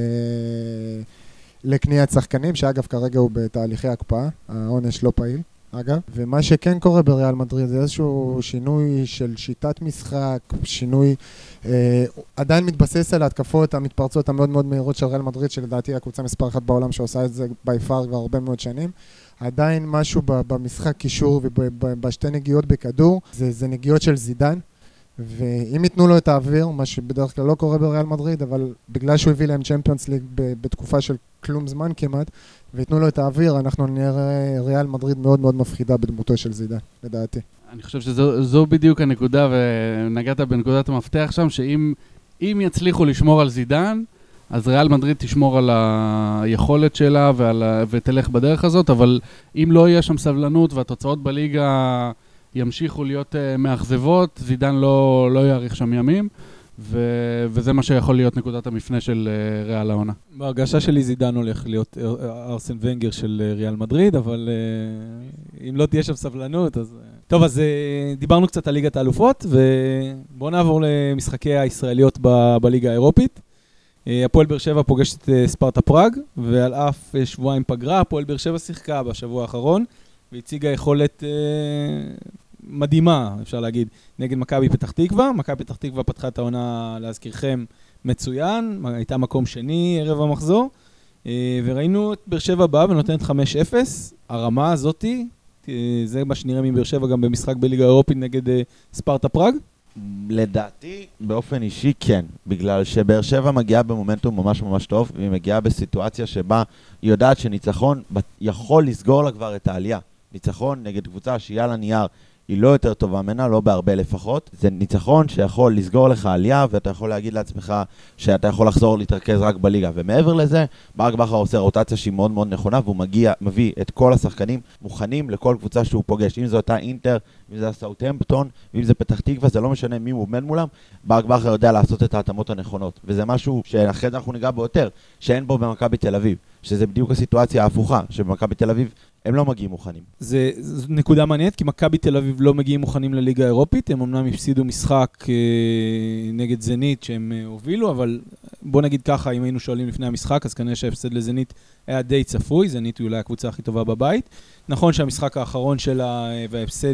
לקניית שחקנים, שאגב כרגע הוא בתהליכי הקפאה, העונש לא פעיל. אגב, ומה שכן קורה בריאל מדריד זה איזשהו שינוי של שיטת משחק, שינוי אה, עדיין מתבסס על ההתקפות המתפרצות המאוד מאוד מהירות של ריאל מדריד, שלדעתי הקבוצה מספר אחת בעולם שעושה את זה ביפר כבר הרבה מאוד שנים. עדיין משהו במשחק קישור ובשתי נגיעות בכדור, זה, זה נגיעות של זידן, ואם ייתנו לו את האוויר, מה שבדרך כלל לא קורה בריאל מדריד, אבל בגלל שהוא הביא להם צ'מפיונס ליג בתקופה של כלום זמן כמעט, ויתנו לו את האוויר, אנחנו נראה ריאל מדריד מאוד מאוד מפחידה בדמותו של זידן, לדעתי. אני חושב שזו בדיוק הנקודה, ונגעת בנקודת המפתח שם, שאם אם יצליחו לשמור על זידן, אז ריאל מדריד תשמור על היכולת שלה ועל, ותלך בדרך הזאת, אבל אם לא יהיה שם סבלנות והתוצאות בליגה ימשיכו להיות uh, מאכזבות, זידן לא, לא יאריך שם ימים, ו, וזה מה שיכול להיות נקודת המפנה של uh, ריאל העונה. בהרגשה שלי זידן הולך להיות ארסן ונגר של uh, ריאל מדריד, אבל uh, אם לא תהיה שם סבלנות, אז... Uh... טוב, אז uh, דיברנו קצת על ליגת האלופות, ובואו נעבור למשחקי הישראליות ב- בליגה האירופית. Uh, הפועל באר שבע פוגשת את uh, ספרטה פראג, ועל אף uh, שבועיים פגרה, הפועל באר שבע שיחקה בשבוע האחרון, והציגה יכולת... Uh, מדהימה, אפשר להגיד, נגד מכבי פתח תקווה. מכבי פתח תקווה פתחה את העונה, להזכירכם, מצוין, הייתה מקום שני ערב המחזור, וראינו את באר שבע באה ונותנת חמש אפס. הרמה הזאתי, זה מה שנראה מבאר שבע גם במשחק בליגה האירופית נגד ספרטה פראג? לדעתי, באופן אישי כן, בגלל שבאר שבע מגיעה במומנטום ממש ממש טוב, והיא מגיעה בסיטואציה שבה היא יודעת שניצחון יכול לסגור לה כבר את העלייה. ניצחון נגד קבוצה שהיא על הנייר, היא לא יותר טובה ממנה, לא בהרבה לפחות. זה ניצחון שיכול לסגור לך עלייה, ואתה יכול להגיד לעצמך שאתה יכול לחזור להתרכז רק בליגה. ומעבר לזה, ברק בכר עושה רוטציה שהיא מאוד מאוד נכונה, והוא מגיע, מביא את כל השחקנים מוכנים לכל קבוצה שהוא פוגש. אם זו אותה אינטר, אם זה סאות'המפטון, ואם זה פתח תקווה, זה לא משנה מי הוא עומד מולם, ברק בכר יודע לעשות את ההתאמות הנכונות. וזה משהו שאחרי זה אנחנו ניגע בו יותר, שאין בו במכבי תל אביב, שזה בדיוק הסיטואציה ההפוכה, שבמכבי תל אביב הם לא מגיעים מוכנים. זה, זה נקודה מעניינת, כי מכבי תל אביב לא מגיעים מוכנים לליגה האירופית, הם אמנם הפסידו משחק אה, נגד זנית שהם אה, הובילו, אבל בוא נגיד ככה, אם היינו שואלים לפני המשחק, אז כנראה שההפסד לזנית היה די צפוי, זנית היא אולי הקבוצה הכי טובה בבית. נכון שהמשחק האחרון שלה וההפסד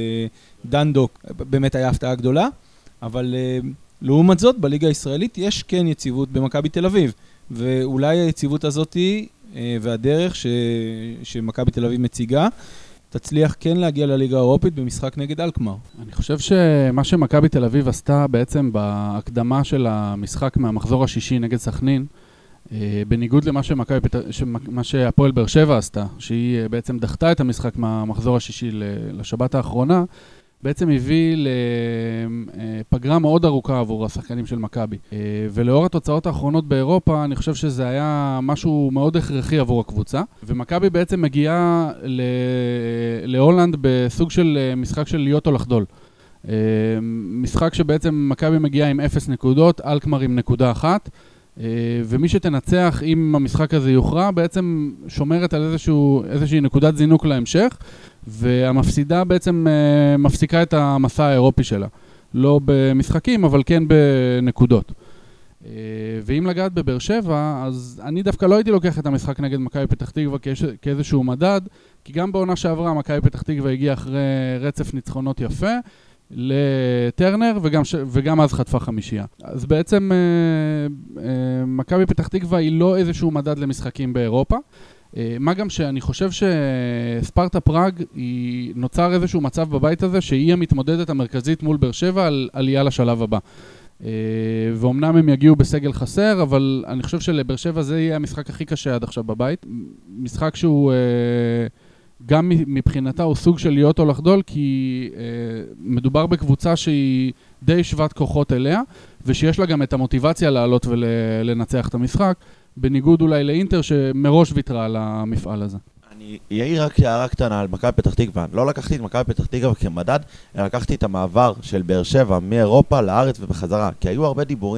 לדנדוק באמת היה הפתעה גדולה, אבל אה, לעומת זאת, בליגה הישראלית יש כן יציבות במכבי תל אביב, ואולי היציבות הזאת היא, והדרך ש... שמכבי תל אביב מציגה, תצליח כן להגיע לליגה האירופית במשחק נגד אלקמר. אני חושב שמה שמכבי תל אביב עשתה בעצם בהקדמה של המשחק מהמחזור השישי נגד סכנין, בניגוד למה שמכבי פת... מה שהפועל באר שבע עשתה, שהיא בעצם דחתה את המשחק מהמחזור השישי לשבת האחרונה, בעצם הביא לפגרה מאוד ארוכה עבור השחקנים של מכבי. ולאור התוצאות האחרונות באירופה, אני חושב שזה היה משהו מאוד הכרחי עבור הקבוצה. ומכבי בעצם מגיעה להולנד בסוג של משחק של להיות או לחדול. משחק שבעצם מכבי מגיעה עם אפס נקודות, אלקמר עם נקודה אחת. ומי שתנצח, אם המשחק הזה יוכרע, בעצם שומרת על איזשהו, איזושהי נקודת זינוק להמשך, והמפסידה בעצם uh, מפסיקה את המסע האירופי שלה. לא במשחקים, אבל כן בנקודות. Uh, ואם לגעת בבאר שבע, אז אני דווקא לא הייתי לוקח את המשחק נגד מכבי פתח תקווה כאיז, כאיזשהו מדד, כי גם בעונה שעברה מכבי פתח תקווה הגיעה אחרי רצף ניצחונות יפה, לטרנר, וגם, ש... וגם אז חטפה חמישייה. אז בעצם אה, אה, מכבי פתח תקווה היא לא איזשהו מדד למשחקים באירופה, אה, מה גם שאני חושב שספרטה פראג היא נוצר איזשהו מצב בבית הזה, שהיא המתמודדת המרכזית מול באר שבע על עלייה לשלב הבא. אה, ואומנם הם יגיעו בסגל חסר, אבל אני חושב שלבאר שבע זה יהיה המשחק הכי קשה עד עכשיו בבית. משחק שהוא... אה, גם מבחינתה הוא סוג של להיות או לחדול, כי אה, מדובר בקבוצה שהיא די שוות כוחות אליה, ושיש לה גם את המוטיבציה לעלות ולנצח את המשחק, בניגוד אולי לאינטר שמראש ויתרה על המפעל הזה. אני אהיה רק הערה קטנה על מכבי פתח תקווה. לא לקחתי את מכבי פתח תקווה כמדד, אלא לקחתי את המעבר של באר שבע מאירופה לארץ ובחזרה, כי היו הרבה דיבורים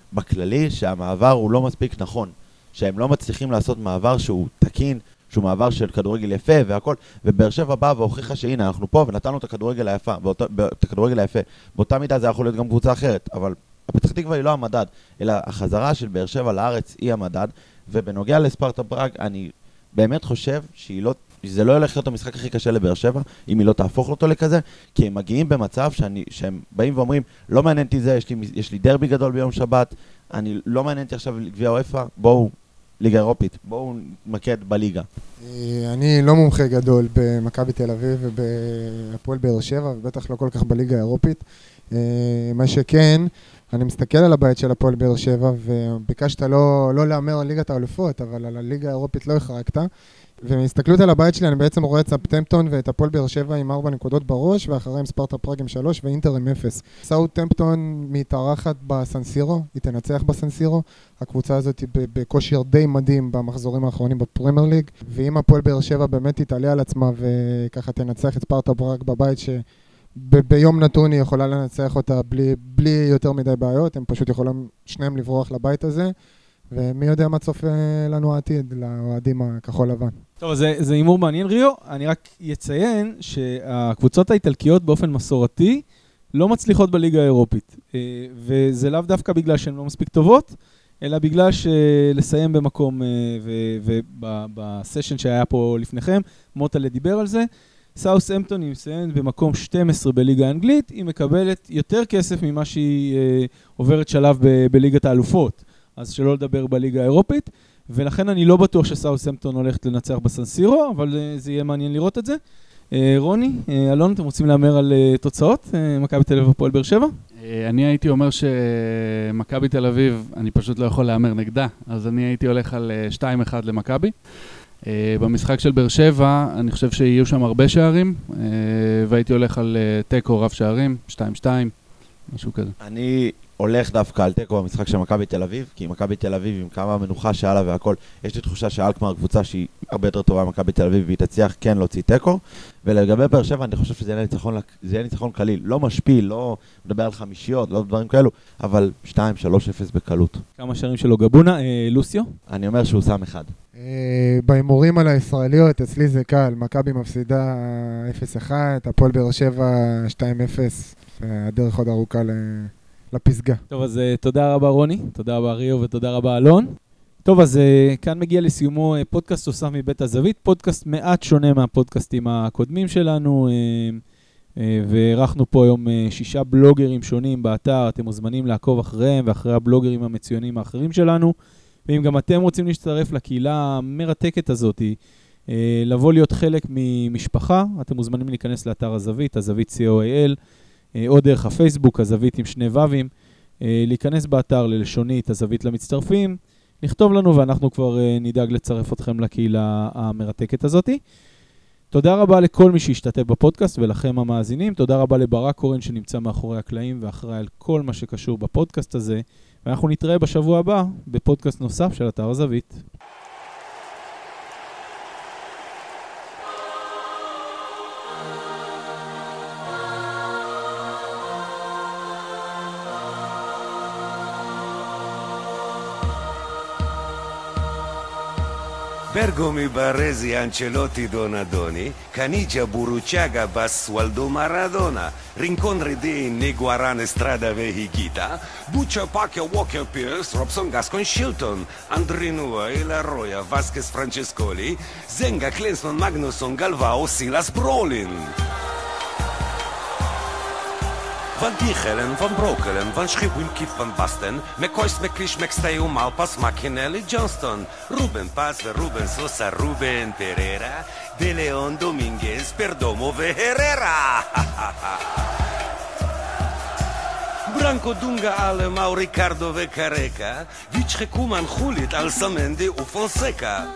בכללי שהמעבר הוא לא מספיק נכון, שהם לא מצליחים לעשות מעבר שהוא תקין, שהוא מעבר של כדורגל יפה והכל, ובאר שבע בא והוכיחה שהנה, אנחנו פה ונתנו את הכדורגל היפה, באותה, את הכדורגל היפה. באותה מידה זה יכול להיות גם קבוצה אחרת, אבל הפתח תקווה היא לא המדד, אלא החזרה של באר שבע לארץ היא המדד, ובנוגע לספרטה פראג, אני באמת חושב שהיא לא, שזה לא ילך להיות המשחק הכי קשה לבאר שבע, אם היא לא תהפוך אותו לכזה, כי הם מגיעים במצב שאני, שהם באים ואומרים, לא מעניין אותי זה, יש לי, יש לי דרבי גדול ביום שבת, אני לא מעניין אותי עכשיו גביע אופה, בואו, ליגה אירופית, בואו נתמקד בליגה. אני לא מומחה גדול במכבי תל אביב ובהפועל באר שבע, ובטח לא כל כך בליגה האירופית. מה שכן, אני מסתכל על הבית של הפועל באר שבע, וביקשת לא, לא לאמר על ליגת האלופות, אבל על הליגה האירופית לא החרקת. ומהסתכלות על הבית שלי, אני בעצם רואה את סאות'המפטון ואת הפועל באר שבע עם ארבע נקודות בראש, ואחריהם ספרטה פראג עם שלוש ואינטר עם אפס. סאות'המפטון מתארחת בסנסירו, היא תנצח בסנסירו. הקבוצה הזאת היא בכושר די מדהים במחזורים האחרונים בפרמייר ליג, ואם הפועל באר שבע באמת תתעלה על עצמה וככה תנצח את ספרטה פראג בבית ש... ב- ביום נתון היא יכולה לנצח אותה בלי, בלי יותר מדי בעיות, הם פשוט יכולים שניהם לברוח לבית הזה, ומי יודע מה צופה לנו העתיד, לאוהדים הכחול לבן. טוב, זה, זה אימור מעניין, ריו. אני רק אציין שהקבוצות האיטלקיות באופן מסורתי לא מצליחות בליגה האירופית, וזה לאו דווקא בגלל שהן לא מספיק טובות, אלא בגלל שלסיים במקום, ובסשן שהיה פה לפניכם, מוטלה דיבר על זה, סאות'המפטון היא מסיימת במקום שתים עשרה בליגה האנגלית, היא מקבלת יותר כסף ממה שהיא אה, עוברת שלב ב- בליגת האלופות, אז שלא לדבר בליגה האירופית, ולכן אני לא בטוח שסאות'המפטון הולכת לנצח בסנסירו, אבל אה, זה יהיה מעניין לראות את זה. אה, רוני, אה, אלון, אתם רוצים לאמר על אה, תוצאות? אה, מכבי תל אביב הפועל באר שבע? אה, אני הייתי אומר שמכבי תל אביב, אני פשוט לא יכול לאמר נגדה, אז אני הייתי הולך על אה, שתיים אחד למכבי. Uh, במשחק של באר שבע, אני חושב שיהיו שם הרבה שערים, uh, והייתי הולך על uh, טקו רב שערים, שתיים שתיים, משהו כזה. אני הולך דווקא על טקו במשחק של מכבי תל אביב, כי מכבי תל אביב עם כמה מנוחה שעלה והכל, יש לי תחושה שאלקמר קבוצה שהיא הרבה יותר טובה ממכבי תל אביב, והיא תצליח כן להוציא טקו, ולגבי באר שבע אני חושב שזה יהיה ניצחון, זה יהיה ניצחון קליל, לא משפיל, לא מדבר על חמישיות, לא דברים כאלו, אבל שתיים שלוש אפס בקלות. כמה שערים שלו גבונה, אה, לוסיו? אני אומר שהוא שם אחד. בהימורים על הישראליות, אצלי זה קל, מכבי מפסידה אפס אחת, הפועל באר שבע שתיים אפס, והדרך עוד ארוכה לפסגה. טוב, אז תודה רבה רוני, תודה רבה ריו ותודה רבה אלון. טוב, אז כאן מגיע לסיומו פודקאסט נוסף מבית הזווית, פודקאסט מעט שונה מהפודקאסטים הקודמים שלנו, וערכנו פה היום שישה בלוגרים שונים באתר, אתם מוזמנים לעקוב אחריהם ואחרי הבלוגרים המצוינים האחרים שלנו, ואם גם אתם רוצים להצטרף לקהילה המרתקת הזאת, לבוא להיות חלק ממשפחה, אתם מוזמנים להיכנס לאתר הזווית, הזווית סי או איי אל, או דרך הפייסבוק, הזווית עם שני וווים, להיכנס באתר ללשונית, הזווית למצטרפים, לכתוב לנו ואנחנו כבר נדאג לצרף אתכם לקהילה המרתקת הזאת. תודה רבה לכל מי שהשתתף בפודקאסט ולכם המאזינים, תודה רבה לברק קורן שנמצא מאחורי הקלעים ואחראי על כל מה שקשור בפודקאסט הזה, ואנחנו נתראה בשבוע הבא בפודקאסט נוסף של אתר הזווית. Bergomi, Baresi, Ancelotti, Donadoni, Canigia, Buruciaga, Basualdo, Maradona, Rincon, Redin, Niguarane, Strada, Vehigita, Buccia, Pacchia, Walker, Pierce, Robson, Gascon, Shilton, Andrinua, Ilaroya, Vasquez, Francescoli, Zenga, Klinsmann, Magnusson, Galvao, Silas, Brolin. Van Dichelen, Van Brokelen, Van Schipwin, Keith Van Basten, McCoy's, McClish, McStay, Malpas, McKinley, Johnston, Ruben Paz, Ruben Sosa, Ruben Pereira, De Leon, Dominguez, Perdomo, Herrera. Branco, Dunga, Alemão, Ricardo, Careca, Vichre, Kuman, Julit, Alsamendi, Fonseca.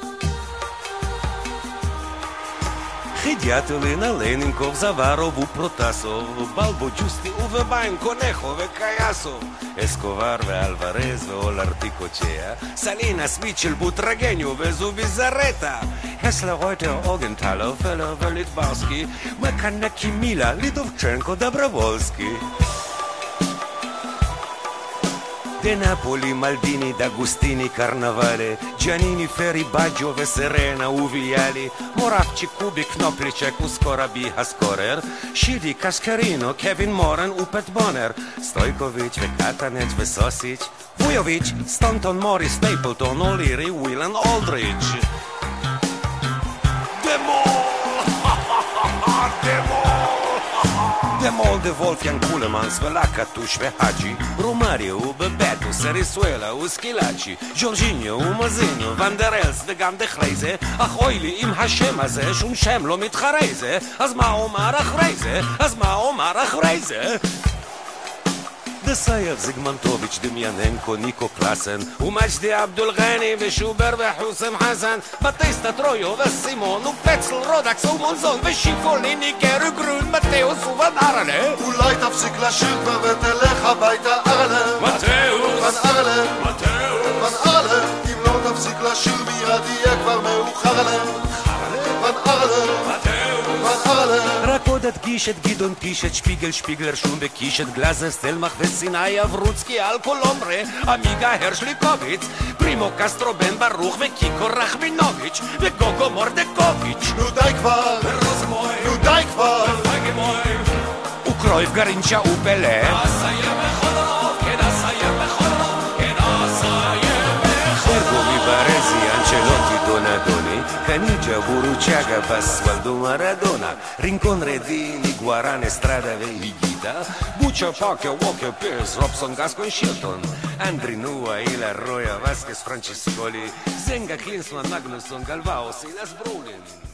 Хидятелина, Ленинков, Заваров, Протасов, Балбо, Джусти, Увебайн, Конехо, Каясов, Эскобар, Альварез, Олартикочея, Салинас, Мичел, Бутрагеню, Везувизарета, Хеслер, Реутер, Огенталов, Феллер, Литварский, Маканаки, Мила, Литовченко, Добровольский. De Napoli, Maldini, D'Agostini, Carnavale, Giannini, Ferri, Baggio, Serena, Uviali, Moravci, Kubik, Knoplice, Kuskora, Biha, Skorer, Shidi, Kaskarino, Kevin Moran, Upet Bonner, Stojkovic, Katanec, Vesosic, Vujovic, Stanton, Morris, Stapleton, O'Leary, Whelan, Aldridge. Demol! Demol! Demol de Wolfgang Kulemans, Velakatush, Vehaji, Romario, Bebeto, Serisuela, Uskilaci, Jorginho, Mazinho, Van der Els וגם דחרי אך אוי לי עם השם הזה, שום שם לא מתחרי זה, אז מה אומר אחרי זה? אז מה אומר אחרי זה? דסייב, זיגמנטוביץ', דמיאננקו, ניקו קלאסן ומג'די עבדול גני ושובר וחוסם חסן בטייסטה טרויו וסימון ופצל רודקס ומונזון ושיפוליני גרוגרון מתאוס ובן ארלה אולי תפסיק לשיר כבר ותלך הביתה ארלה מתאוס בן ארלה מתאוס בן ארלה אם לא תפסיק לשיר מיד יהיה כבר מאוחר עליהם בן ארלה בן ארלה רק עוד אדגיש את גדעון פיש, את שפיגל, שפיגלר, שום וקיש, את גלאזר, סטלמך וסיני, אברוצקי, אלקולומרה, עמיגה הרשליקוביץ, פרימו קסטרו בן ברוך וקיקו רחמינוביץ' וגוגו מורדקוביץ' נו די כבר, נו די כבר וקרויף גרינצ'ה ופלה אסייר בחודרוב, כן אסייר בחודרוב, כן אסייר בחודרוב Ergovi Baresi, Ancelotti, Donadoni, Canigia, Buruciaga, Pasqualdo Maradona, Rincon, Redini, Guarane, Strada, Higuita, Buccia, Pacchia, Walker, Pierce, Robson, Gascon, Shilton, Andri, Nua, Ila, Roya, Vasquez, Franciscoli, Zenga, Klinsmann, Magnusson, Galvao, Silas Brolin.